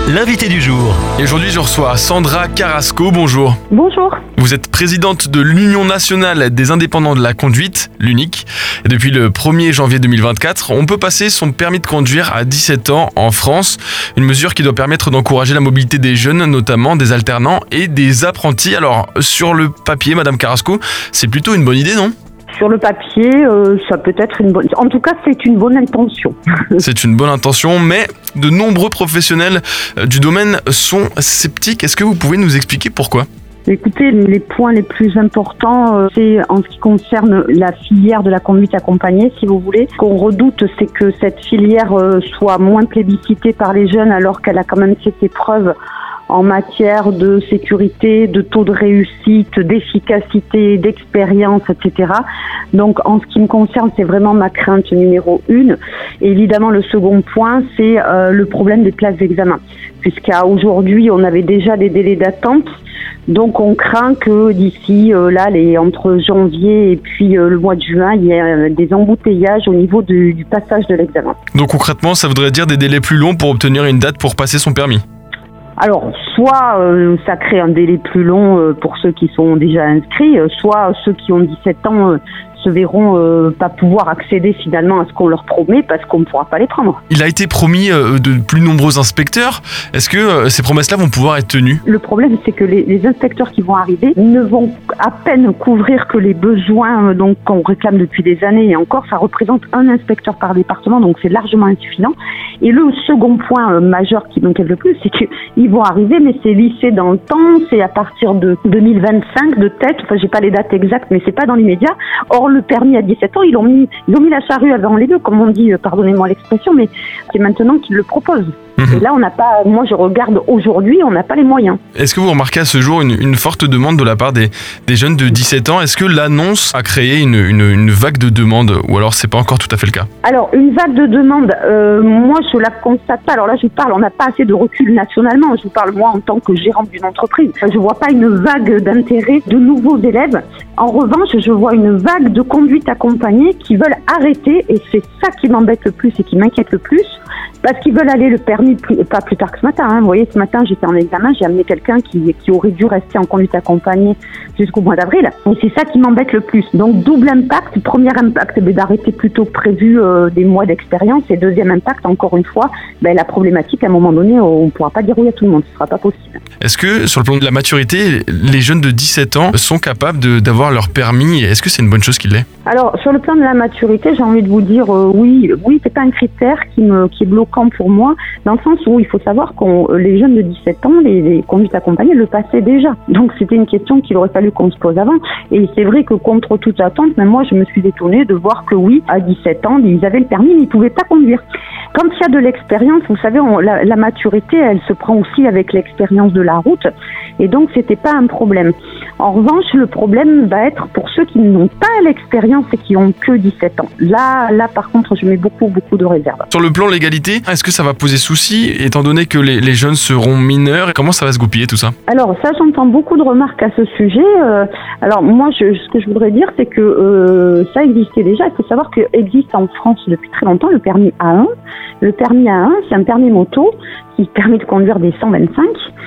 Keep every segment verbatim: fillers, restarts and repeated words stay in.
l'invité du jour. Et aujourd'hui, je reçois Sandra Carrasco. Bonjour. Bonjour. Vous êtes présidente de l'Union nationale des indépendants de la conduite, l'UNIC. Et depuis le premier janvier deux mille vingt-quatre, on peut passer son permis de conduire à dix-sept ans en France. Une mesure qui doit permettre d'encourager la mobilité des jeunes, notamment des alternants et des apprentis. Alors, sur le papier, Madame Carrasco, c'est plutôt une bonne idée, non ? Sur le papier, euh, ça peut être une bonne... En tout cas, c'est une bonne intention. C'est une bonne intention, mais de nombreux professionnels du domaine sont sceptiques. Est-ce que vous pouvez nous expliquer pourquoi ? Écoutez, les points les plus importants, euh, c'est en ce qui concerne la filière de la conduite accompagnée, si vous voulez. Ce qu'on redoute, c'est que cette filière euh, soit moins plébiscitée par les jeunes, alors qu'elle a quand même fait ses preuves en matière de sécurité, de taux de réussite, d'efficacité, d'expérience, et cetera. Donc, en ce qui me concerne, c'est vraiment ma crainte numéro une. Et évidemment, le second point, c'est euh, le problème des places d'examen. Puisqu'à aujourd'hui, on avait déjà des délais d'attente. Donc, on craint que d'ici, euh, là, les, entre janvier et puis euh, le mois de juin, il y ait euh, des embouteillages au niveau du, du passage de l'examen. Donc, concrètement, ça voudrait dire des délais plus longs pour obtenir une date pour passer son permis ? Alors, soit euh, ça crée un délai plus long euh, pour ceux qui sont déjà inscrits, euh, soit ceux qui ont dix-sept ans euh, se verront euh, pas pouvoir accéder finalement à ce qu'on leur promet parce qu'on ne pourra pas les prendre. Il a été promis euh, de plus nombreux inspecteurs. Est-ce que euh, ces promesses-là vont pouvoir être tenues ? Le problème, c'est que les, les inspecteurs qui vont arriver ne vont à peine couvrir que les besoins euh, donc qu'on réclame depuis des années, et encore, ça représente un inspecteur par département, donc c'est largement insuffisant. Et le second point euh, majeur qui m'inquiète le plus, c'est qu'ils vont arriver, mais c'est lissé dans le temps, c'est à partir de deux mille vingt-cinq de tête, enfin j'ai pas les dates exactes, mais c'est pas dans l'immédiat. Or, le permis à dix-sept ans, ils ont mis, ils ont mis la charrue avant les deux, comme on dit, pardonnez-moi l'expression, mais c'est maintenant qu'ils le proposent. Mmh. Et là, on n'a pas, moi je regarde aujourd'hui, on n'a pas les moyens. Est-ce que vous remarquez à ce jour une, une forte demande de la part des, des jeunes de dix-sept ans ? Est-ce que l'annonce a créé une, une, une vague de demandes, ou alors c'est pas encore tout à fait le cas ? Alors, une vague de demandes, euh, moi je la constate pas. Alors là, je vous parle, on n'a pas assez de recul nationalement. Je vous parle moi en tant que gérante d'une entreprise. Je vois pas une vague d'intérêt de nouveaux élèves. En revanche, je vois une vague de conduite accompagnée qui veulent arrêter, et c'est ça qui m'embête le plus et qui m'inquiète le plus, parce qu'ils veulent aller le permis plus, pas plus tard que ce matin. Hein. Vous voyez, ce matin, j'étais en examen, j'ai amené quelqu'un qui, qui aurait dû rester en conduite accompagnée jusqu'au mois d'avril. Et c'est ça qui m'embête le plus. Donc, double impact. Premier impact, ben, d'arrêter plus tôt que prévu euh, des mois d'expérience. Et deuxième impact, encore une fois, ben, la problématique, à un moment donné, on ne pourra pas dire oui à tout le monde. Ce ne sera pas possible. Est-ce que, sur le plan de la maturité, les jeunes de dix-sept ans sont capables de, d'avoir leur permis ? Est-ce que c'est une bonne chose qu'il l'ait ? Alors, sur le plan de la maturité, j'ai envie de vous dire euh, oui, oui, c'est pas un critère qui me qui est bloquant pour moi, dans le sens où il faut savoir que les jeunes de dix-sept ans, les, les conduites accompagnées, le passaient déjà. Donc, c'était une question qu'il aurait fallu qu'on se pose avant. Et c'est vrai que contre toute attente, même moi, je me suis étonnée de voir que oui, à dix-sept ans, ils avaient le permis, mais ils pouvaient pas conduire. Quand il y a de l'expérience, vous savez, on, la, la maturité, elle se prend aussi avec l'expérience de la route. Et donc, c'était pas un problème. En revanche, le problème va être pour ceux qui n'ont pas l'expérience et qui ont que dix-sept ans. Là, là, par contre, je mets beaucoup, beaucoup de réserves. Sur le plan légalité, est-ce que ça va poser souci, étant donné que les, les jeunes seront mineurs ? Comment ça va se goupiller tout ça ? Alors, ça, j'entends beaucoup de remarques à ce sujet. Euh, alors, moi, je, ce que je voudrais dire, c'est que euh, ça existait déjà. Il faut savoir qu'il existe en France depuis très longtemps le permis A un. Le permis A un, c'est un permis moto qui permet de conduire des cent vingt-cinq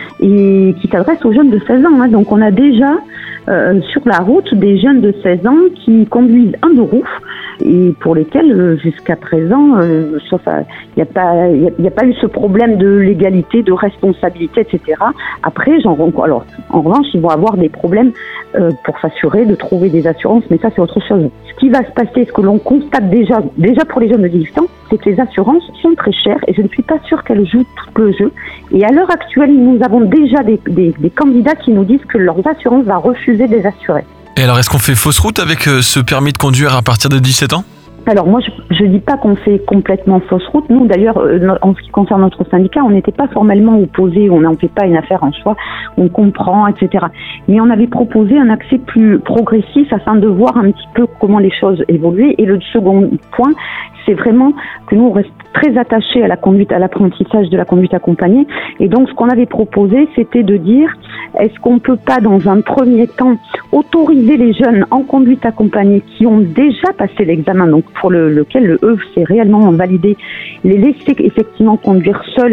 et qui s'adresse aux jeunes de seize ans. Hein. Donc, on a déjà euh, sur la route des jeunes de seize ans qui conduisent un deux roues et pour lesquels, jusqu'à présent, euh, sauf il n'y a pas, il y a, a pas eu ce problème de légalité, de responsabilité, et cetera. Après, j'en, alors, en revanche, ils vont avoir des problèmes euh, pour s'assurer de trouver des assurances, mais ça, c'est autre chose. Ce qui va se passer, ce que l'on constate déjà, déjà pour les jeunes de dix-huit ans, c'est que les assurances sont très chères et je ne suis pas sûre qu'elles jouent tout le jeu. Et à l'heure actuelle, nous avons déjà des, des, des candidats qui nous disent que leurs assurances vont refuser de les assurer. Et alors, est-ce qu'on fait fausse route avec ce permis de conduire à partir de dix-sept ans ? Alors moi, je ne dis pas qu'on fait complètement fausse route. Nous, d'ailleurs, en ce qui concerne notre syndicat, on n'était pas formellement opposés, on n'en fait pas une affaire en soi, on comprend, et cetera. Mais on avait proposé un accès plus progressif afin de voir un petit peu comment les choses évoluaient. Et le second point, c'est vraiment que nous, on reste très attachés à la conduite, à l'apprentissage de la conduite accompagnée. Et donc, ce qu'on avait proposé, c'était de dire, est-ce qu'on peut pas, dans un premier temps, autoriser les jeunes en conduite accompagnée qui ont déjà passé l'examen, donc pour le, lequel le E s'est réellement validé, les laisser effectivement conduire seuls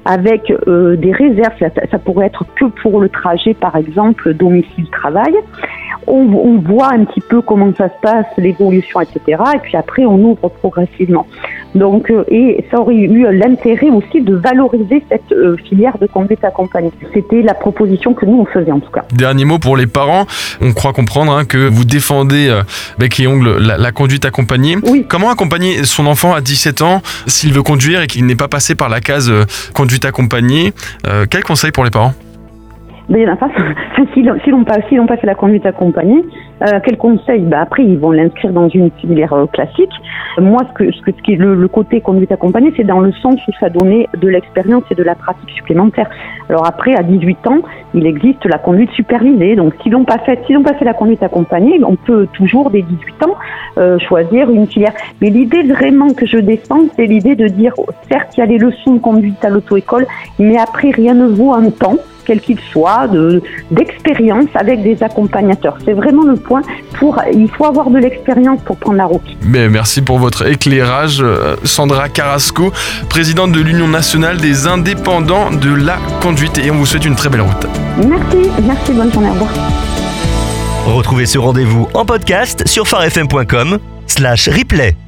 avec euh, des réserves. Ça, ça pourrait être que pour le trajet, par exemple, domicile-travail. On, on voit un petit peu comment ça se passe, l'évolution, et cetera. Et puis après, on ouvre progressivement. Donc, euh, et ça aurait eu l'intérêt aussi de valoriser cette euh, filière de conduite accompagnée. C'était la proposition que nous, on faisait en tout cas. Dernier mot pour les parents. On croit comprendre hein, que vous défendez euh, bec et ongles la, la conduite accompagnée. Oui. Comment accompagner son enfant à dix-sept ans s'il veut conduire et qu'il n'est pas passé par la case euh, conduite accompagnée euh, Quel conseil pour les parents ? Ben, il y en a pas. Enfin, s'ils n'ont pas, s'ils n'ont pas fait la conduite accompagnée, euh, quel conseil ? Ben, après, ils vont l'inscrire dans une filière euh, classique. Moi, ce que, ce que, ce qui est le, le côté conduite accompagnée, c'est dans le sens où ça donnait de l'expérience et de la pratique supplémentaire. Alors après, à dix-huit ans, il existe la conduite supervisée. Donc, s'ils n'ont pas fait, s'ils n'ont pas fait la conduite accompagnée, on peut toujours, dès dix-huit ans, euh, choisir une filière. Mais l'idée vraiment que je défends, c'est l'idée de dire, certes, il y a les leçons de conduite à l'auto-école, mais après, rien ne vaut un temps, quel qu'il soit, de, d'expérience avec des accompagnateurs. C'est vraiment le point. Pour, il faut avoir de l'expérience pour prendre la route. Mais merci pour votre éclairage. Sandra Carrasco, présidente de l'Union nationale des indépendants de la conduite. Et on vous souhaite une très belle route. Merci, merci, bonne journée, au revoir. Retrouvez ce rendez-vous en podcast sur phare f m point com slash replay.